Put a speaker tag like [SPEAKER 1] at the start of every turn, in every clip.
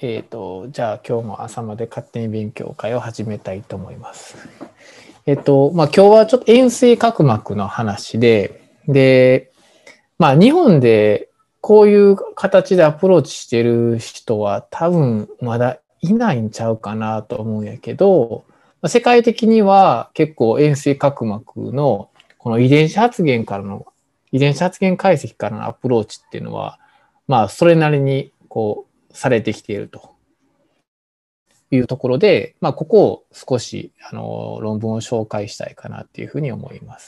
[SPEAKER 1] じゃあ今日も朝まで勝手に勉強会を始めたいと思います。今日はちょっと円錐角膜の話で、日本でこういう形でアプローチしてる人は多分まだいないんちゃうかなと思うんやけど、世界的には結構円錐角膜のこの遺伝子発現解析からのアプローチっていうのは、それなりにされてきているというところで、ここを少し論文を紹介したいかなっていうふうに思います。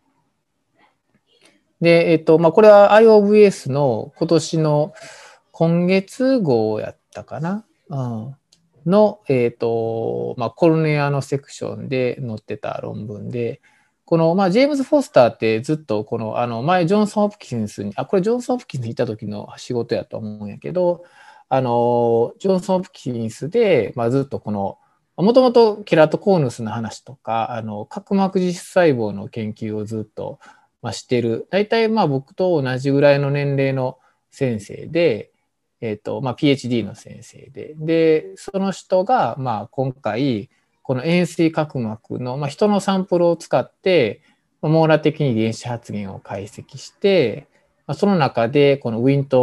[SPEAKER 1] で、これは IOVS の今月号やったかな、の、コルネアのセクションで載ってた論文で、この、ジェームズ・フォスターってずっと前ジョンソン・ホプキンスに、これジョンソン・ホプキンスにいた時の仕事やと思うんやけど、ジョンソン・ホプキンスで、ずっともともとケラトコーヌスの話とか、角膜実細胞の研究をずっと、してる。大体僕と同じぐらいの年齢の先生で、PhD の先生で、その人が、今回、この円錐角膜の、人のサンプルを使って、網羅的に遺伝子発現を解析して、その中で、この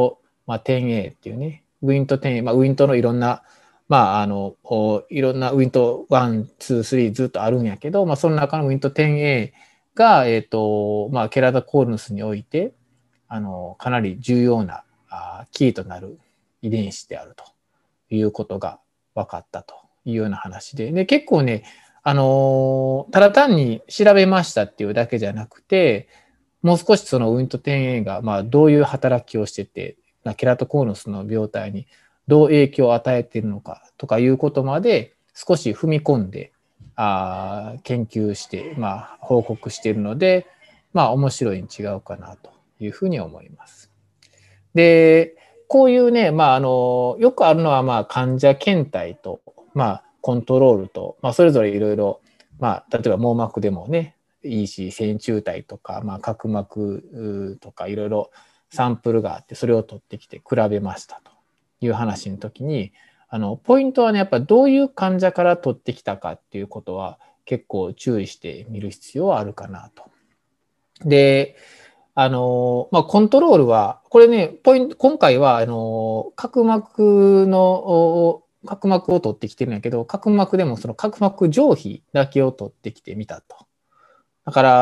[SPEAKER 1] WINT10A っていうね、WINT10A、WINT のいろんな、いろんな WINT1、2、3ずっとあるんやけど、その中の WINT10A が、ケラトコーヌスにおいて、かなり重要なキーとなる遺伝子であるということが分かったというような話で、結構ね、ただ単に調べましたっていうだけじゃなくて、もう少しその WINT10A がどういう働きをしてて、ケラトコーヌスの病態にどう影響を与えているのかとかいうことまで少し踏み込んで研究して、報告しているので、面白いに違うかなというふうに思います。で、こういうね、よくあるのは、患者検体と、コントロールと、それぞれいろいろ、例えば網膜でもね、いいし、線虫体とか、角膜とかいろいろサンプルがあって、それを取ってきて比べましたという話の時に、ポイントはね、やっぱどういう患者から取ってきたかっていうことは結構注意してみる必要はあるかなと。で、コントロールは、これね、今回は、角膜を取ってきてるんやけど、角膜でもその角膜上皮だけを取ってきてみたと。だから、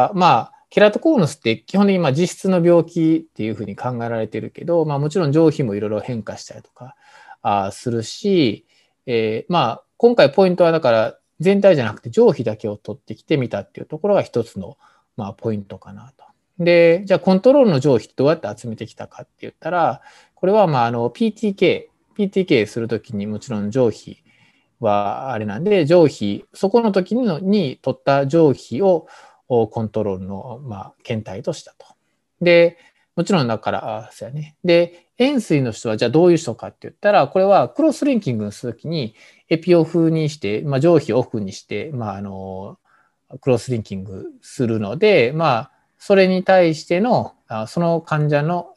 [SPEAKER 1] ケラトコーヌスって基本的に実質の病気っていうふうに考えられてるけど、もちろん上皮もいろいろ変化したりとかするし、今回ポイントはだから全体じゃなくて上皮だけを取ってきてみたっていうところが一つの、ポイントかなと。で、じゃあコントロールの上皮ってどうやって集めてきたかって言ったら、これはPTK するときにもちろん上皮はあれなんで、そこの時に取った上皮をコントロールの、検体としたと。で、もちろんだから、そうやね。で、円錐の人はじゃあどういう人かって言ったら、これはクロスリンキングするときにエピオフにして、上皮をオフにして、クロスリンキングするので、それに対しての、その患者の、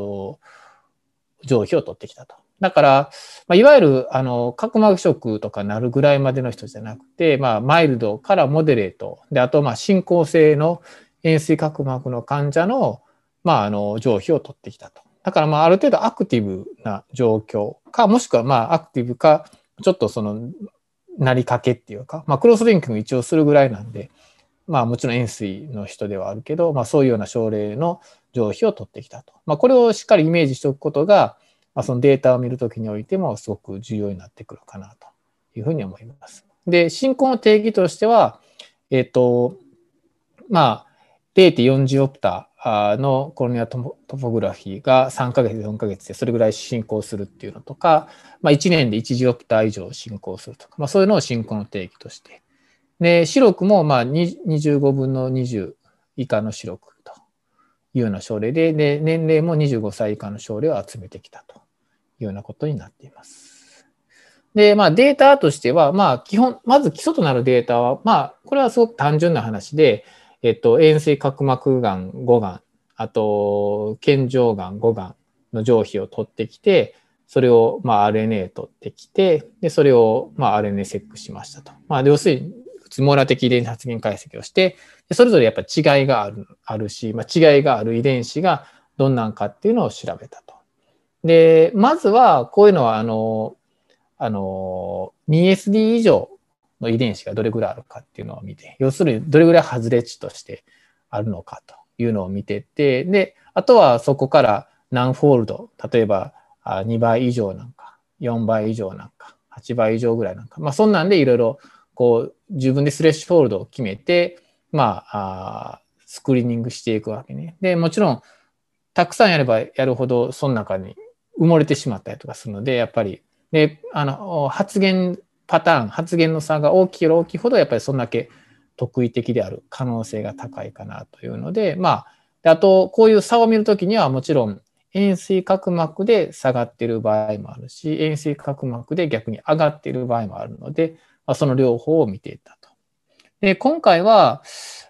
[SPEAKER 1] 上皮を取ってきたと。だから、いわゆる、角膜食とかなるぐらいまでの人じゃなくて、マイルドからモデレート。で、あと、進行性の円錐角膜の患者の、上皮を取ってきたと。だから、ある程度アクティブな状況か、もしくは、アクティブか、ちょっとなりかけっていうか、クロスリンキング一応するぐらいなんで、もちろん円錐の人ではあるけど、そういうような症例の上皮を取ってきたと。これをしっかりイメージしておくことが、そのデータを見るときにおいてもすごく重要になってくるかなというふうに思います。で、進行の定義としては、0.40オプターのコロニアトポグラフィーが3ヶ月、4ヶ月でそれぐらい進行するっていうのとか、1年で1次オプター以上進行するとか、そういうのを進行の定義として。で、視力も25分の20以下の視力というような症例で、年齢も25歳以下の症例を集めてきたというようなことになっています。で、データとしては、まず基礎となるデータは、これはすごく単純な話で、円錐角膜がん5がん、あと、健常がん5がんの上皮を取ってきて、 それをまあ RNA 取ってきて、で、それをまあ RNA セックしましたと。まあ、要するに、普通網羅的遺伝子発現解析をして、でそれぞれやっぱり違いがあるし、まあ、違いがある遺伝子がどんなんかっていうのを調べたと。で、まずは、こういうのは、2SD 以上の遺伝子がどれぐらいあるかっていうのを見て、要するにどれぐらい外れ値としてあるのかというのを見てって、で、あとはそこから何フォールド、例えば2倍以上なんか、4倍以上なんか、8倍以上ぐらいなんか、まあそんなんでいろいろこう自分でスレッシュホールドを決めて、まあ、スクリーニングしていくわけね。で、もちろん、たくさんやればやるほど、その中に埋もれてしまったりとかするので、やっぱり、で、発言パターン、発言の差が大きいほど、やっぱりそんだけ特異的である可能性が高いかなというので、まあ、あと、こういう差を見るときには、もちろん、円錐角膜で下がっている場合もあるし、円錐角膜で逆に上がっている場合もあるので、まあ、その両方を見ていったと。で、今回は、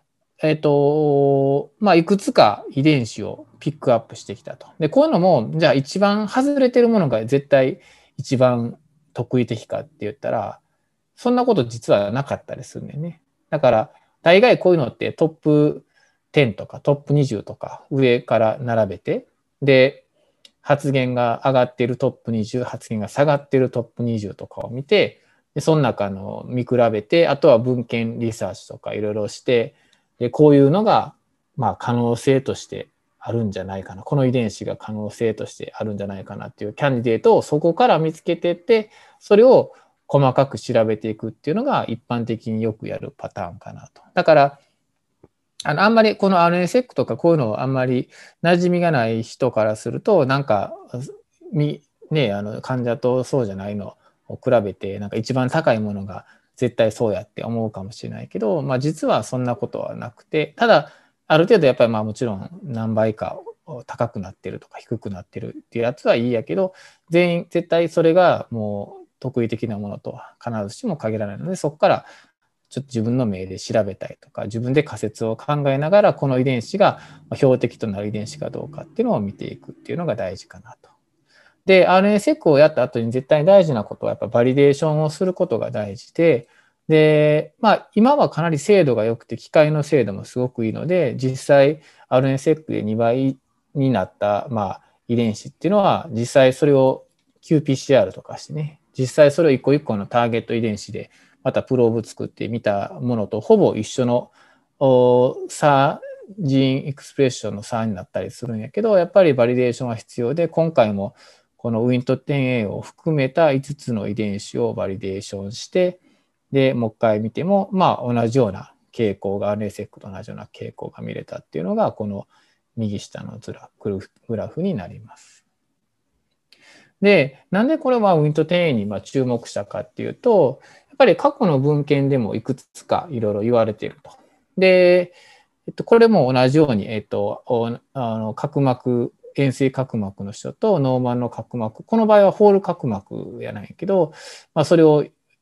[SPEAKER 1] まあ、いくつか遺伝子をピックアップしてきたと。で、こういうのも、じゃあ一番外れてるものが絶対一番特異的かって言ったら、そんなこと実はなかったりするんだよね。だから、大概こういうのってトップ10とかトップ20とか上から並べて、で、発言が上がっているトップ20、発言が下がっているトップ20とかを見て、でその中の見比べて、あとは文献リサーチとかいろいろして、でこういうのが、まあ、可能性としてあるんじゃないかな。この遺伝子が可能性としてあるんじゃないかなっていうキャンディデートをそこから見つけていって、それを細かく調べていくっていうのが一般的によくやるパターンかなと。だから、あんまりこの RNA-seq とかこういうのあんまり馴染みがない人からすると、なんか、ね、患者とそうじゃないのを比べて、なんか一番高いものが絶対そうやって思うかもしれないけど、まあ実はそんなことはなくて、ただ、ある程度やっぱりまあもちろん何倍か高くなってるとか低くなってるっていうやつはいいやけど、全員絶対それがもう特異的なものとは必ずしも限らないので、そこからちょっと自分の目で調べたりとか、自分で仮説を考えながら、この遺伝子が標的となる遺伝子かどうかっていうのを見ていくっていうのが大事かなと。で、RNA-seq をやった後に絶対大事なことは、やっぱバリデーションをすることが大事で、で、まあ、今はかなり精度が良くて、機械の精度もすごくいいので、実際 RNA-seq で2倍になった、まあ、遺伝子っていうのは、実際それを qPCR とかしてね、実際それを一個一個のターゲット遺伝子でまたプローブ作ってみたものとほぼ一緒の差、ジーンエクスプレッションの差になったりするんやけど、やっぱりバリデーションは必要で、今回もこの Wnt10A を含めた5つの遺伝子をバリデーションして、で、もう一回見ても、まあ同じような傾向が、RNA-seq と同じような傾向が見れたっていうのが、この右下のグラフになります。で、なんでこれは Wnt10A に注目したかっていうと、やっぱり過去の文献でもいくつかいろいろ言われていると。で、これも同じように、角膜、円錐角膜の人とノーマルの角膜、この場合はホール角膜やないけど、まあ、それを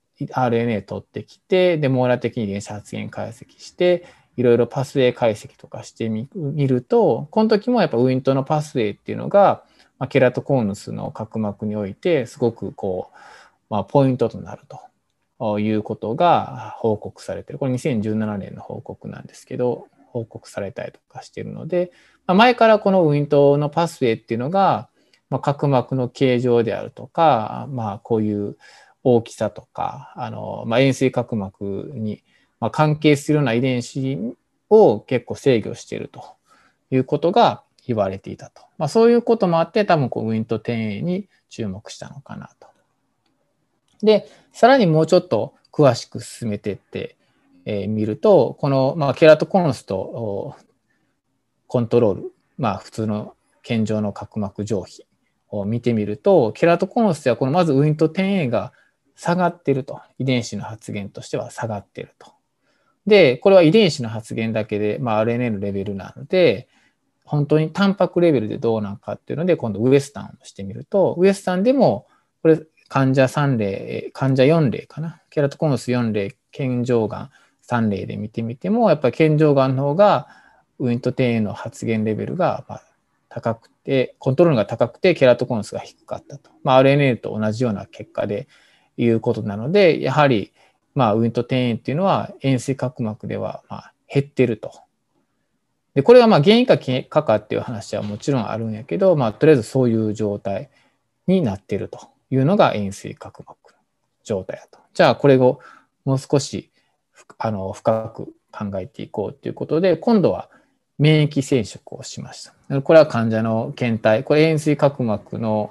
[SPEAKER 1] RNA 取ってきて、で、網羅的に遺伝子発現解析して、いろいろパスウェイ解析とかしてみると、この時もやっぱウィントのパスウェイっていうのが、ケラトコーヌスの角膜において、すごくこう、ポイントとなるということが報告されている。これ2017年の報告なんですけど、報告されたりとかしているので、前からこのウィントのパスウェイっていうのが、角膜の形状であるとか、こういう大きさとか、円錐角膜に関係するような遺伝子を結構制御しているということが言われていたと。そういうこともあって、多分こう Wnt10A に注目したのかなと。で、さらにもうちょっと詳しく進めていってみると、この、ケラトコンスとコントロール、普通の健常の角膜上皮を見てみると、ケラトコンスはこのまず Wnt10A が下がっていると。遺伝子の発現としては下がっていると。で、これは遺伝子の発現だけで、RNA のレベルなので、本当にタンパクレベルでどうなのかっていうので、今度ウエスタンをしてみると、ウエスタンでも、これ患者3例、患者4例かな。ケラトコンス4例、健常がん3例で見てみても、やっぱり健常がんの方が、Wnt10Aの発現レベルが高くて、コントロールが高くて、ケラトコンスが低かったと。RNA と同じような結果でいうことなので、やはり、ウィント10Aっていうのは塩水角膜では減ってると。で、これが原因かっていう話はもちろんあるんやけど、とりあえずそういう状態になってるというのが塩水角膜の状態だと。じゃあ、これをもう少し深く考えていこうということで、今度は免疫染色をしました。これは患者の検体、これ塩水角膜の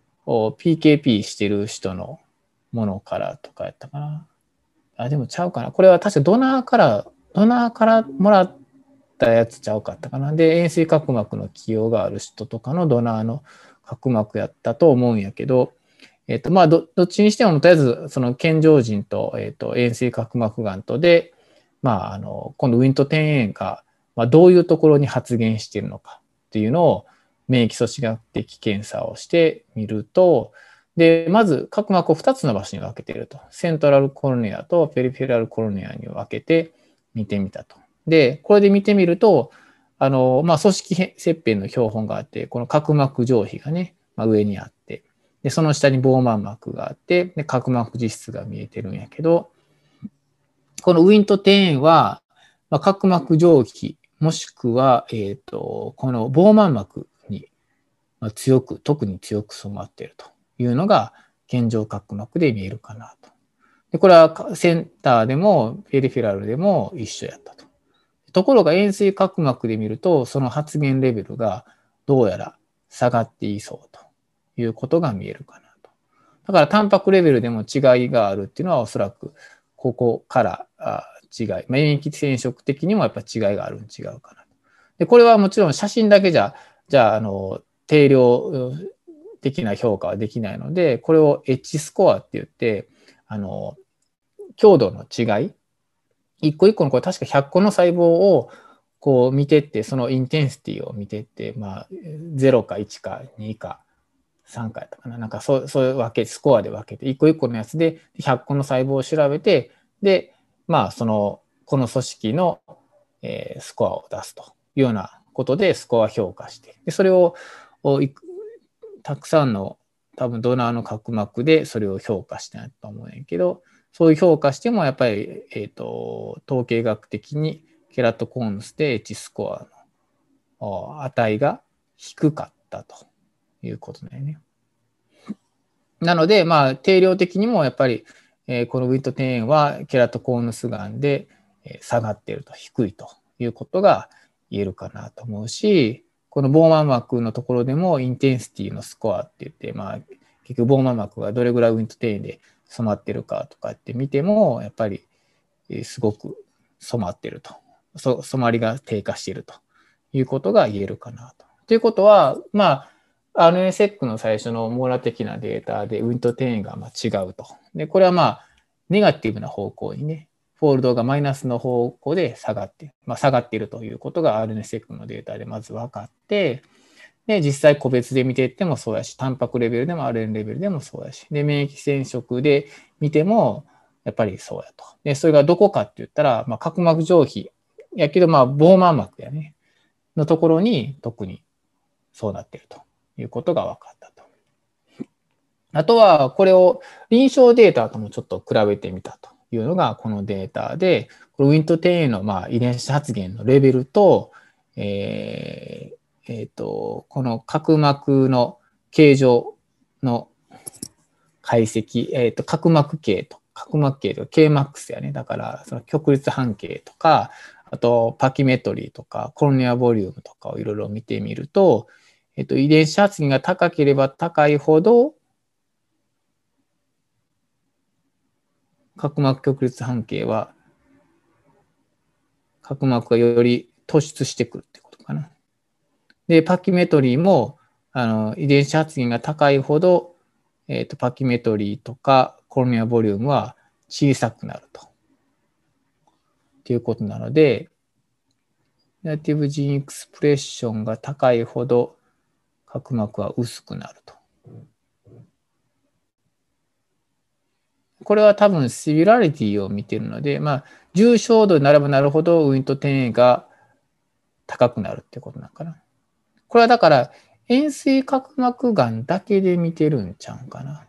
[SPEAKER 1] PKP してる人のものからとかやったかな。でもちゃうかな。これは確かドナーからもらったやつちゃうかったかな。で、塩水角膜の起用がある人とかのドナーの角膜やったと思うんやけど、どっちにしても、とりあえず、その健常人と、塩水角膜がんとで、今度ウィント 10A が、どういうところに発現しているのかっていうのを免疫組織学的検査をしてみると、で、まず角膜を2つの場所に分けていると。セントラルコロネアとペリフェラルコロネアに分けて見てみたと。で、これで見てみると、組織切片の標本があって、この角膜上皮がね、上にあって、で、その下にボーマン膜があって、で、角膜実質が見えてるんやけど、このウィント10は、角膜上皮、もしくは、このボーマン膜に特に強く染まっているというのが、健常角膜で見えるかなと。で、これはセンターでも、ペリフェラルでも一緒やったと。ところが塩水角膜で見ると、その発現レベルがどうやら下がっていそうということが見えるかなと。だからタンパクレベルでも違いがあるっていうのはおそらくここから違い、免疫染色的にもやっぱ違いがあるん違うかなと。で、これはもちろん写真だけじゃあ定量的な評価はできないので、これを H スコアって言って、強度の違い、一個一個のこれ確か100個の細胞をこう見てって、そのインテンシティを見てって、0か1か2か3かやったかな。なんかそういう分け、スコアで分けて、一個一個のやつで100個の細胞を調べて、で、この組織のスコアを出すというようなことでスコア評価して、でそれをたくさんの多分ドナーの角膜でそれを評価してないと思うんやけど、そういう評価してもやっぱり、統計学的にケラトコンスで H スコアの値が低かったということだよね。なので、定量的にもやっぱり、このウィット10はケラトコンスがんで下がっていると、低いということが言えるかなと思うし、このボーマン膜のところでもインテンシティのスコアって言って、結局ボーマン膜がどれぐらいウィント10で染まってるかとかって見ても、やっぱりすごく染まってると。染まりが低下しているということが言えるかなと。ということは、RNA-seq の最初の網羅的なデータでウィント10が違うと。で、これはネガティブな方向にね、フォールドがマイナスの方向で下がって、下がっているということが RNA-seq のデータでまず分かって、で、実際個別で見ていってもそうやし、タンパクレベルでも RNA レベルでもそうやし、で、免疫染色で見ても、やっぱりそうやと。で、それがどこかって言ったら、角膜上皮やけど、ボーマン膜やね、のところに特にそうなっているということが分かったと。あとは、これを臨床データともちょっと比べてみたというのがこのデータで、このウィント10の遺伝子発現のレベルと、この角膜の形状の解析、角膜系と Kmax やね。だから、その極率半径とか、あとパキメトリーとか、コロネアボリュームとかをいろいろ見てみると、遺伝子発現が高ければ高いほど、角膜極率半径は、角膜がより突出してくるってことかな。で、パキメトリーも、遺伝子発現が高いほど、パキメトリーとかコロネアボリュームは小さくなると。っていうことなので、ネガティブジーンエクスプレッションが高いほど角膜は薄くなると。これは多分シビラリティを見ているので、重症度になればなるほどウィント10が高くなるってことなのかな。 これはだから、円錐角膜がんだけで見てるんちゃうんかな。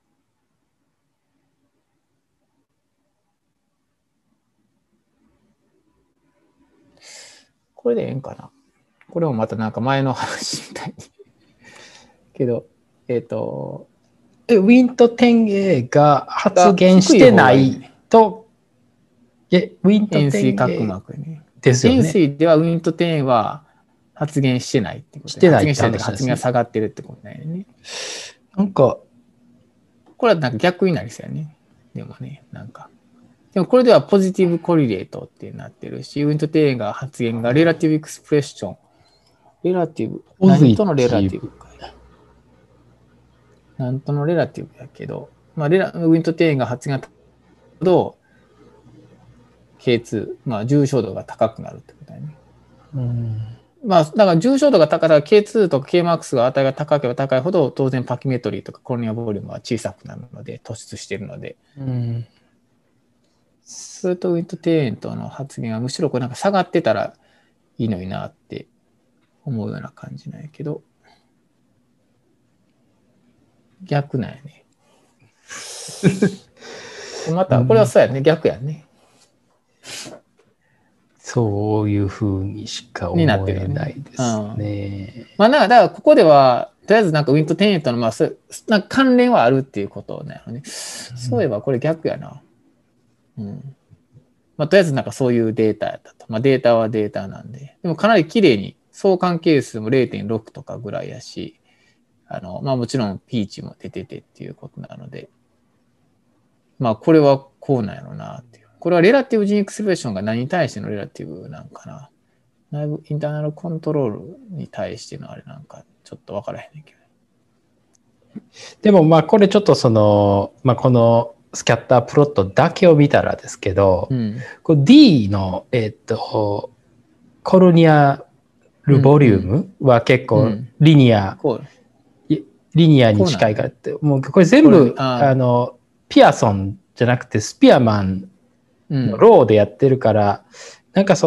[SPEAKER 1] これでええんかな。これもまたなんか前の話みたいに。けど、
[SPEAKER 2] ウィント 10A が発現してないと、ウィント
[SPEAKER 1] 円錐角
[SPEAKER 2] 10A
[SPEAKER 1] 膜ね。
[SPEAKER 2] ですよね。
[SPEAKER 1] 円錐ではウィント10は発現してないってことで。
[SPEAKER 2] してないって
[SPEAKER 1] 発現してないと
[SPEAKER 2] 話ですね。
[SPEAKER 1] 発現が下がってるってことだよね。
[SPEAKER 2] なんか、
[SPEAKER 1] これはなんか逆になりそうやね。でもね、なんか。でもこれではポジティブコリレートってなってるし、ウィント10が発現がレラティブエクスプレッション。レラティブ。何とのレラティブか。何とのレラティブやけど、まあ、ウィント10が発現がほど、K2、まあ、重症度が高くなるってことだよね。まあ、だから重症度が高いから K2 とか Kmax が値が高ければ高いほど、当然パキメトリーとかコロニアボリュームは小さくなるので、突出しているので。それとウィント10との発現はむしろこうなんか下がってたらいいのになって思うような感じなんやけど、逆なんやね。また、これはそうやね、逆やね。
[SPEAKER 2] そういうふうにしか思えないですね。
[SPEAKER 1] まあ、だからここでは、とりあえずなんかウィント10とのまあなんか関連はあるっていうことなのね。そういえばこれ逆やな。まあ、とりあえずなんかそういうデータやったと。まあ、データはデータなんで。でもかなり綺麗に相関係数も 0.6 とかぐらいやし、まあもちろんピーチも出ててっていうことなので、まあこれはこうなんやろうなっていう。これはレラティブジンエクスプレッションが何に対してのレラティブなんかな。内部インターナルコントロールに対してのあれなんかちょっと分からへんねんけど。
[SPEAKER 2] でもまあこれちょっとまあこのスキャッタープロットだけを見たらですけど、これ D の、コロニアルボリュームは結構リニアに近いからって、もうこれ全部ピアソンじゃなくてスピアマンのローでやってるから、なんか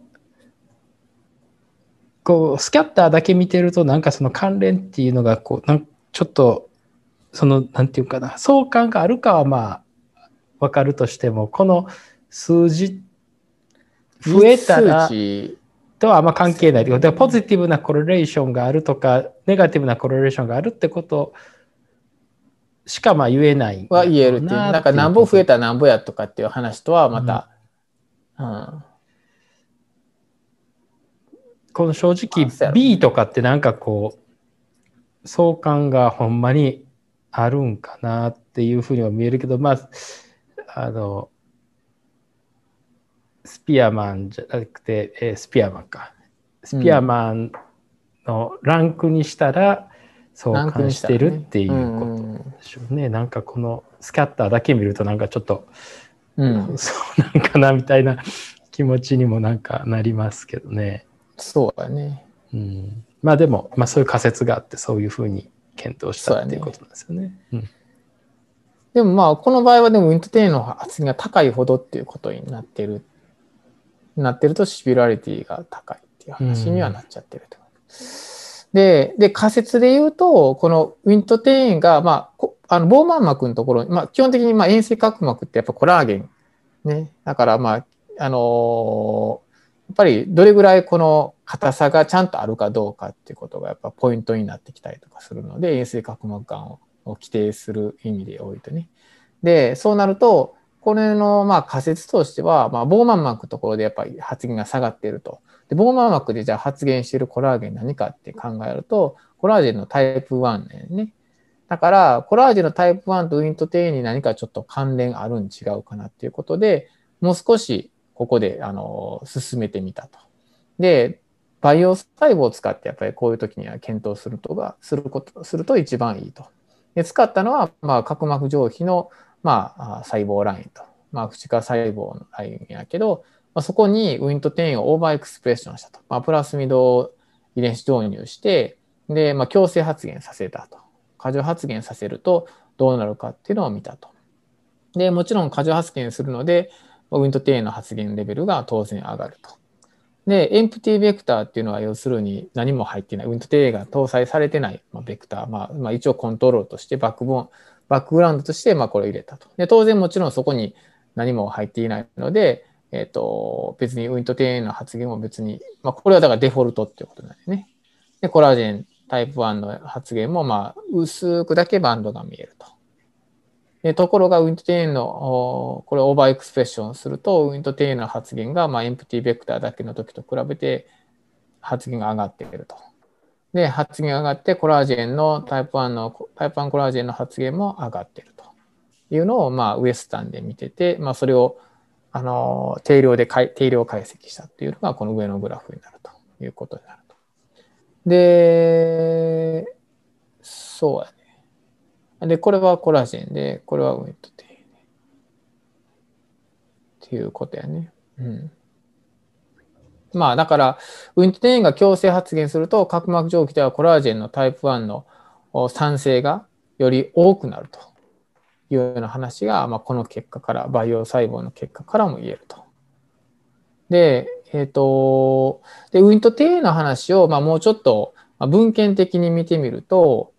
[SPEAKER 2] こうスキャッターだけ見てるとなんかその関連っていうのがこうちょっとなんていうかな、相関があるかはまあ分かるとしても、この数字増えたらとはあんま関係ないということで、ポジティブなコレレーションがあるとかネガティブなコレレーションがあるってことしかまあ言えない
[SPEAKER 1] は言えるっていう。なんか何ぼ増えたら何ぼやとかっていう話とはまた、
[SPEAKER 2] この正直 B とかってなんかこう相関がほんまにあるんかなっていうふうには見えるけど、まあスピアマンじゃなくて、スピアマンか。スピアマンのランクにしたら相関してるっていうことでしょうね。なんかこのスキャッターだけ見るとなんかちょっと、そうなんかなみたいな気持ちにもなんかなりますけどね。
[SPEAKER 1] そうだね。
[SPEAKER 2] まあでも、まあそういう仮説があってそういうふうに検討したっていうことなんですよね。
[SPEAKER 1] でもまあこの場合はでもウィント10の発現が高いほどっていうことになってるとシビュラリティが高いっていう話にはなっちゃってると。で、仮説で言うと、このウィント10が、まあ、ボーマン膜のところに、まあ、基本的に円錐角膜ってやっぱコラーゲン。ね。だからまあ、やっぱりどれぐらいこの硬さがちゃんとあるかどうかっていうことがやっぱポイントになってきたりとかするので、円錐角膜がんを規定する意味でおいてね。で、そうなると、これのまあ仮説としては、まあ、ボーマン膜のところでやっぱり発現が下がっていると。で、ボーマン膜でじゃあ発現しているコラーゲン何かって考えると、コラージェンのタイプ1ね。だから、コラージェンのタイプ1とウィント10に何かちょっと関連あるん違うかなっていうことで、もう少しここで進めてみたと。で、培養細胞を使ってやっぱりこういう時には検討すると一番いいと。で、使ったのは、まあ、角膜上皮の、まあ、細胞ラインと。まあ、不可細胞のラインやけど、まあ、そこにウィント10をオーバーエクスプレッションしたと。まあ、プラスミド遺伝子導入して、で、まあ、強制発現させたと。過剰発現させるとどうなるかっていうのを見たと。で、もちろん過剰発現するので、ウィント10の発現レベルが当然上がると。 で、エンプティベクターっていうのは要するに何も入っていない、ウィント定が搭載されてない、ベクター、一応コントロールとしてバックグラウンドとしてこれを入れたと。で、当然もちろんそこに何も入っていないので、別にウィント定の発言も別に、これはだからデフォルトっていうことなんですね。で、コラージェンタイプ1の発言も薄くだけバンドが見えると。でところが、ウィントテインの、これオーバーエクスプレッションすると、ウィントテインの発言が、エンプティベクターだけの時と比べて発言が上がっていると。で、発言が上がって、コラージェンのタイプ1コラージェンの発言も上がっているというのを、ウエスタンで見てて、それを、定量解析したっていうのが、この上のグラフになるということになると。で、そうやね。で、これはコラージェンで、これはウィントテインっていうことやね。うん。だから、ウィントテインが強制発現すると、角膜上皮ではコラージェンのタイプ1の酸性がより多くなるというような話が、この結果から、培養細胞の結果からも言えると。で、ウィントテインの話を、もうちょっと文献的に見てみると、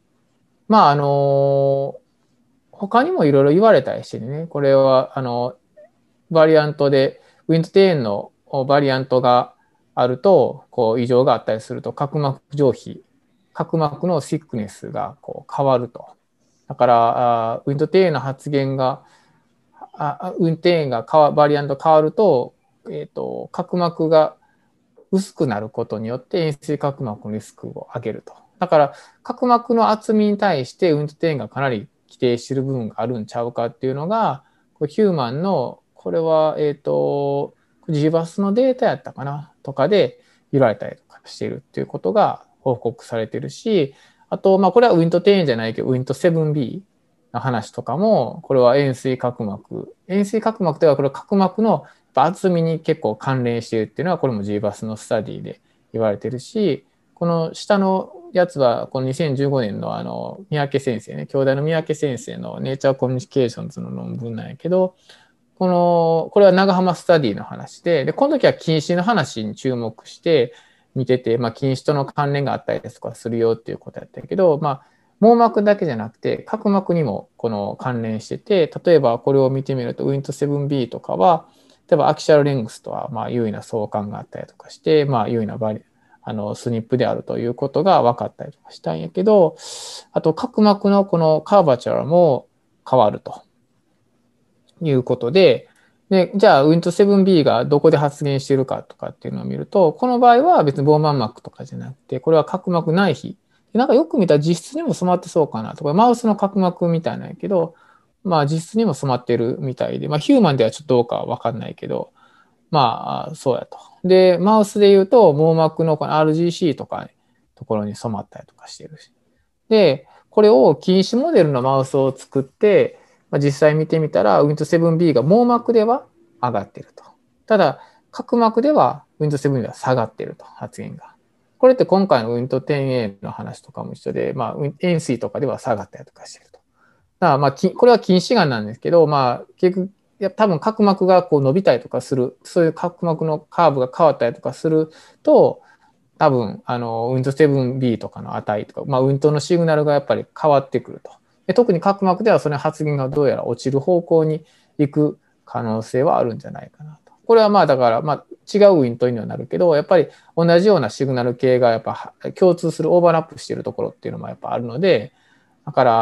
[SPEAKER 1] 他にもいろいろ言われたりしてね、これは、バリアントで、ウィントテインのバリアントがあると、異常があったりすると、角膜上皮、角膜のシックネスが変わると。だから、ウィントテインの発現が、ウィントテインがバリアント変わると、角膜が薄くなることによって円錐角膜のリスクを上げると。だから、角膜の厚みに対してウィントテインがかなり規定している部分があるんちゃうかっていうのが、ヒューマンの、これは、ジバスのデータやったかなとかで言われたりとかしているっていうことが報告されているし、あと、これはウィントテインじゃないけど、ウィント 7B の話とかも、これは円錐角膜。円錐角膜というのは、これは角膜の厚みに結構関連しているっていうのは、これもジーバスのスタディで言われてるし、この下のやつは、この2015年の三宅先生ね、京大の三宅先生のネイチャーコミュニケーションズの論文なんやけど、これは長浜スタディの話で、この時は近視の話に注目して見てて、近視との関連があったりですとかするよっていうことやったけど、網膜だけじゃなくて、角膜にもこの関連してて、例えばこれを見てみると、ウィント 7B とかは、例えばアキシャルレングスとは優位な相関があったりとかして、優位なスニップであるということが分かったりとかしたんやけど、あと角膜のこのカーバチャルも変わるということで、じゃあ Win7B がどこで発現しているかとかっていうのを見ると、この場合は別にボーマン膜とかじゃなくて、これは角膜内皮。なんかよく見たら実質にも染まってそうかなとか、マウスの角膜みたいなんやけど、実質にも染まってるみたいで、ヒューマンではちょっとどうかはわかんないけど、そうやと。で、マウスで言うと、網膜のこの RGC とか、ところに染まったりとかしてるし。で、これを近視モデルのマウスを作って、実際見てみたら Win7B が網膜では上がっていると。ただ、角膜では Win7B は下がっていると、発現が。これって今回の Win10A の話とかも一緒で、円錐とかでは下がったりとかしていると。だからこれは近視眼なんですけど、結局、多分角膜が伸びたりとかする、そういう角膜のカーブが変わったりとかすると、多分、Win7B とかの値とか、ウィントのシグナルがやっぱり変わってくると。で特に角膜ではその発現がどうやら落ちる方向に行く可能性はあるんじゃないかなと。これはだから違うウィントにはなるけど、やっぱり同じようなシグナル系がやっぱ共通するオーバーラップしているところっていうのもやっぱあるので、だから、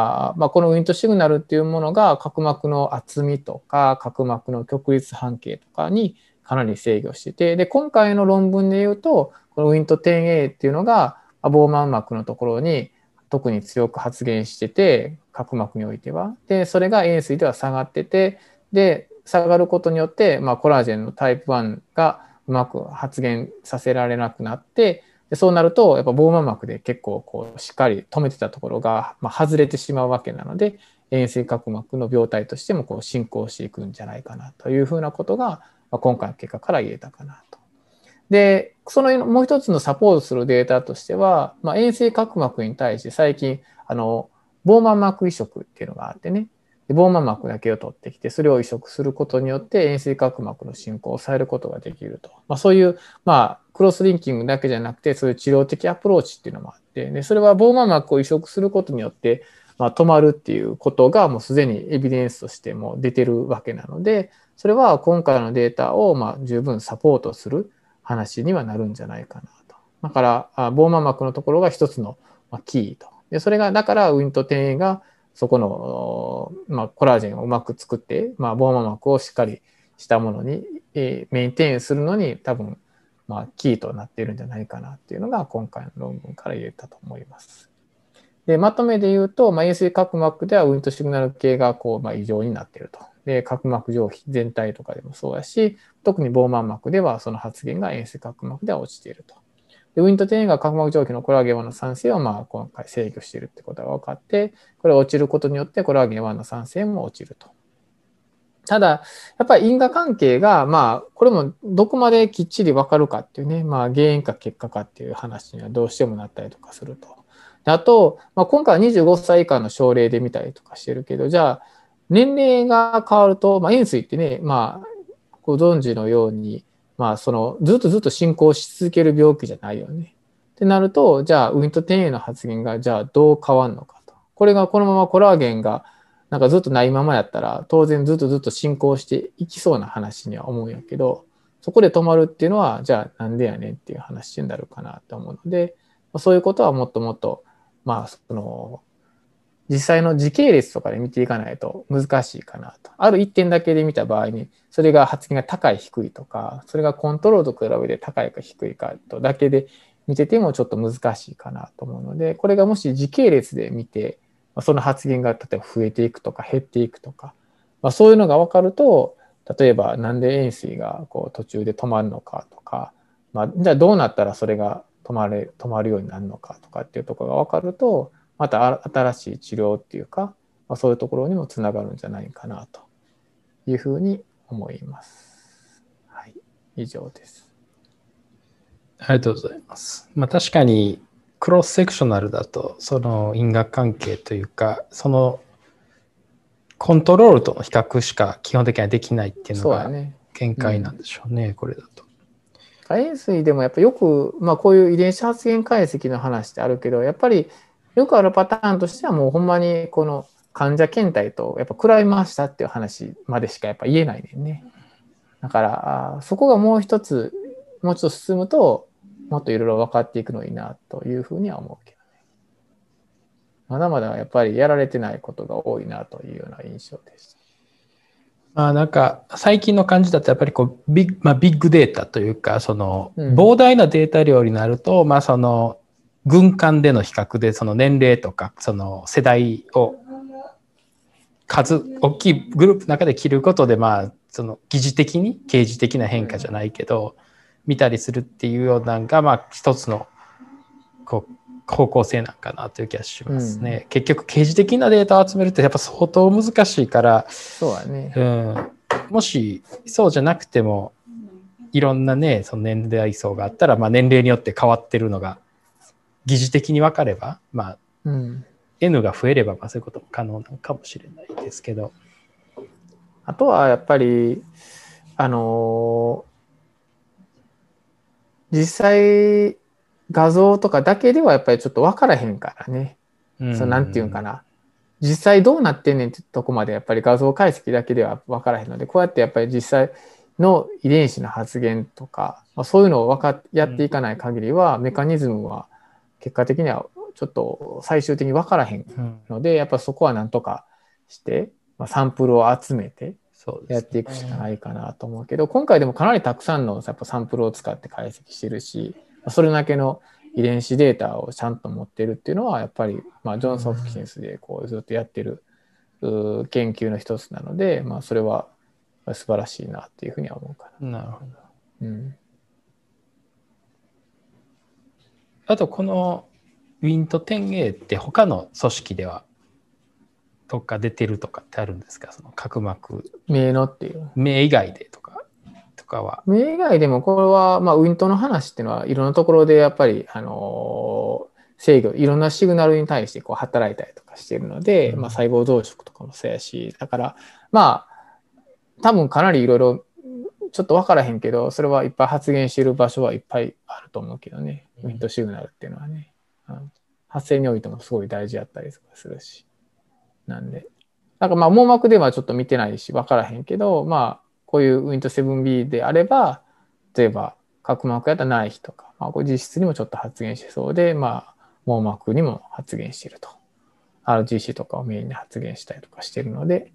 [SPEAKER 1] このウィントシグナルっていうものが角膜の厚みとか角膜の極率半径とかにかなり制御してて、で、今回の論文で言うと、このウィント 10A っていうのがボーマン膜のところに特に強く発現してて、角膜においては。で、それが円錐では下がってて、で、下がることによって、コラージェンのタイプ1がうまく発現させられなくなって、でそうなると、やっぱボーマン膜で結構しっかり止めてたところが、外れてしまうわけなので、円錐角膜の病態としても進行していくんじゃないかなというふうなことが、今回の結果から言えたかなと。で、そのもう一つのサポートするデータとしては、円錐角膜に対して最近、ボーマン膜移植っていうのがあってね。 でボーマ膜だけを取ってきて、それを移植することによって円錐角膜の進行を抑えることができると。そういう、クロスリンキングだけじゃなくて、そういう治療的アプローチっていうのもあって、でそれはボーマ膜を移植することによって、止まるっていうことがもうすでにエビデンスとしても出てるわけなので、それは今回のデータを十分サポートする話にはなるんじゃないかなと。だから、ボーマ膜のところが一つのキーと。で、それが、だからウィント 10A がそこの、コラージェンをうまく作って、ボーマ膜をしっかりしたものに、メインテインするのに多分、キーとなっているんじゃないかなっていうのが今回の論文から言えたと思います。で、まとめで言うと、円錐角膜ではウィントシグナル系が異常になっていると。で、角膜上皮全体とかでもそうだし、特にボーマン膜ではその発現が円錐角膜では落ちていると。で、ウィント10が角膜上皮のコラーゲン1の酸性を今回制御しているってことが分かって、これが落ちることによってコラーゲン1の酸性も落ちると。ただ、やっぱり因果関係が、これもどこまできっちり分かるかっていうね、原因か結果かっていう話にはどうしてもなったりとかすると。あと、今回は25歳以下の症例で見たりとかしてるけど、じゃあ、年齢が変わると、円錐ってね、ご存知のように、ずっと進行し続ける病気じゃないよね。ってなると、じゃあ、ウィント 10A の発現が、じゃあどう変わるのかと。これがこのままコラーゲンが、ずっとないままやったら、当然ずっと進行していきそうな話には思うんやけど、そこで止まるっていうのは、じゃあなんでやねんっていう話になるかなと思うので、そういうことはもっともっと、実際の時系列とかで見ていかないと難しいかなと。ある一点だけで見た場合に、それが発現が高い低いとか、それがコントロールと比べて高いか低いかとだけで見ててもちょっと難しいかなと思うので、これがもし時系列で見て、その発現が例えば増えていくとか減っていくとか、そういうのが分かると、例えばなんで円錐が途中で止まるのかとか、じゃあどうなったらそれが止まるようになるのかとかっていうところが分かると、また新しい治療っていうか、そういうところにもつながるんじゃないかなというふうに思います。はい、以上です。
[SPEAKER 2] ありがとうございます。確かにクロスセクショナルだとその因果関係というか、そのコントロールとの比較しか基本的にはできないっていうのが限界なんでしょうね、これだと。
[SPEAKER 1] 円錐でもやっぱりよく、こういう遺伝子発現解析の話ってあるけど、やっぱりよくあるパターンとしてはもうほんまにこの患者検体とやっぱ比べましたっていう話までしかやっぱ言えないねんね。だからそこがもうちょっと進むともっといろいろ分かっていくのいいなというふうには思うけどね。まだまだやっぱりやられてないことが多いなというような印象でした。
[SPEAKER 2] なんか最近の感じだとやっぱりビッグデータというか、その膨大なデータ量になると、その群間での比較でその年齢とかその世代を大きいグループの中で切ることでその疑似的に刑事的な変化じゃないけど見たりするっていうようなのが一つの方向性なんかなという気がしますね。結局刑事的なデータを集めるってやっぱ相当難しいから、
[SPEAKER 1] そうだね。
[SPEAKER 2] もしそうじゃなくてもいろんなねその年齢層があったら、年齢によって変わってるのが疑似的に分かれば、N が増えればそういうことも可能なのかもしれないですけど、
[SPEAKER 1] あとはやっぱり実際画像とかだけではやっぱりちょっと分からへんからね。なんていうんかな。実際どうなってんねんってとこまでやっぱり画像解析だけでは分からへんので、こうやってやっぱり実際の遺伝子の発現とか、そういうのをやっていかない限りは、メカニズムは結果的にはちょっと最終的に分からへんので、やっぱそこはなんとかして、サンプルを集めてやっていくしかないかなと思うけど、今回でもかなりたくさんのやっぱサンプルを使って解析してるし、それだけの遺伝子データをちゃんと持ってるっていうのはやっぱり、ジョンズ・ホプキンスでずっとやってる研究の一つなので、それは素晴らしいなっていうふうには思うかな。
[SPEAKER 2] なるほど。あとこのウィント 10A って他の組織ではどっか出てるとかってあるんですか？その角膜
[SPEAKER 1] 目のっていう
[SPEAKER 2] 目以外でとかは。
[SPEAKER 1] 目以外でもこれはウィントの話っていうのはいろんなところでやっぱり制御、いろんなシグナルに対してこう働いたりとかしているので、まあ、細胞増殖とかもそうやし、だから、まあ、多分かなりいろいろ、ちょっと分からへんけど、それはいっぱい発現している場所はいっぱいあると思うけどね、ウィンドシグナルっていうのはね、発生においてもすごい大事だったりとかするし。なんで。なんかまあ網膜ではちょっと見てないし分からへんけど、まあこういう Wnt7B であれば、例えば角膜やったらない日とか、まあ、これ実質にもちょっと発現してそうで、まあ網膜にも発現していると。RGC とかをメインで発現したりとかしているので、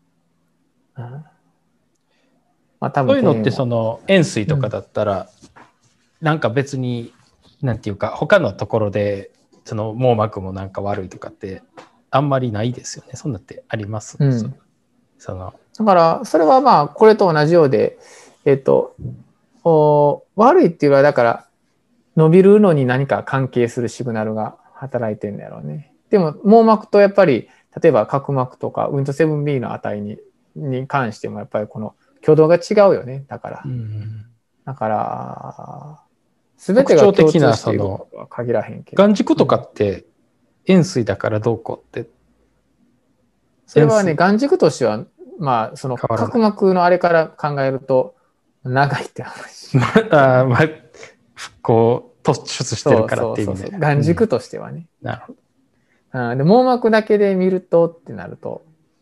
[SPEAKER 1] まあ多分
[SPEAKER 2] そういうのってその塩水とかだったら、なんか別に、なんていうか、他のところでその網膜もなんか悪いとかってあんまりないですよね。そんなってあります、
[SPEAKER 1] そのだからそれはまあこれと同じようで、悪いっていうのはだから伸びるのに何か関係するシグナルが働いてるんだろうね。でも網膜とやっぱり例えば角膜とか Wnt7B の値に関してもやっぱりこの挙動が違うよね。だから。だから、すべてが共通していることは限らへんけど。
[SPEAKER 2] 眼軸とかって塩水だからどうこうって。
[SPEAKER 1] それはね、眼軸としては、まあ、その角膜のあれから考えると長いって話。
[SPEAKER 2] こう、突出してるからっていう意味で。
[SPEAKER 1] 眼軸としてはね。
[SPEAKER 2] なるほ
[SPEAKER 1] ど。で、網膜だけで見るとってなると。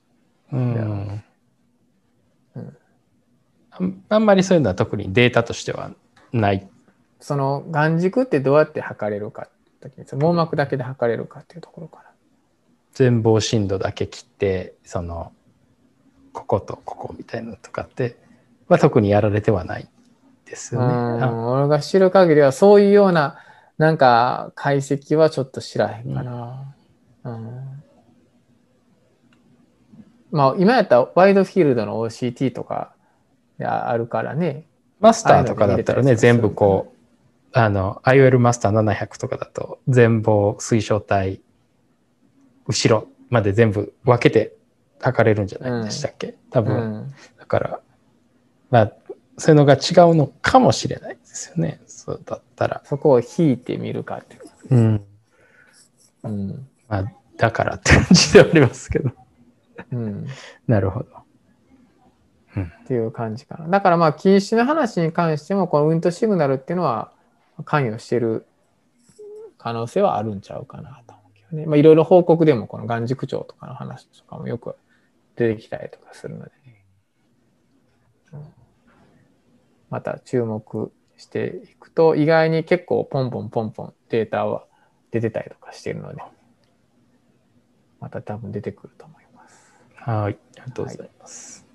[SPEAKER 2] あんまりそういうのは特にデータとしてはない。
[SPEAKER 1] その眼軸ってどうやって測れるか網膜だけで測れるかっていうところかな。
[SPEAKER 2] 全貌深度だけ切ってそのこことここみたいなのとかっては特にやられてはないですよね。
[SPEAKER 1] 俺が知る限りはそういうようななんか解析はちょっと知らへんかな。まあ今やったらワイドフィールドの OCT とかあるからね。
[SPEAKER 2] マスターとかだったらね、全部こうIOL マスター700とかだと全貌水晶体後ろまで全部分けて測れるんじゃないでしたっけ、多分、だからまあそういうのが違うのかもしれないですよね。そうだったら
[SPEAKER 1] そこを引いてみるかっていう。
[SPEAKER 2] まあだからって感じではありますけど。なるほど。
[SPEAKER 1] っていう感じかな。だからまあ近視の話に関してもこのウントシグナルっていうのは関与してる可能性はあるんちゃうかなと思うけどね。まあいろいろ報告でもこの眼軸長とかの話とかもよく出てきたりとかするのでね。また注目していくと意外に結構ポンポンデータは出てたりとかしているのでまた多分出てくると思います。
[SPEAKER 2] はい、ありがとうございます。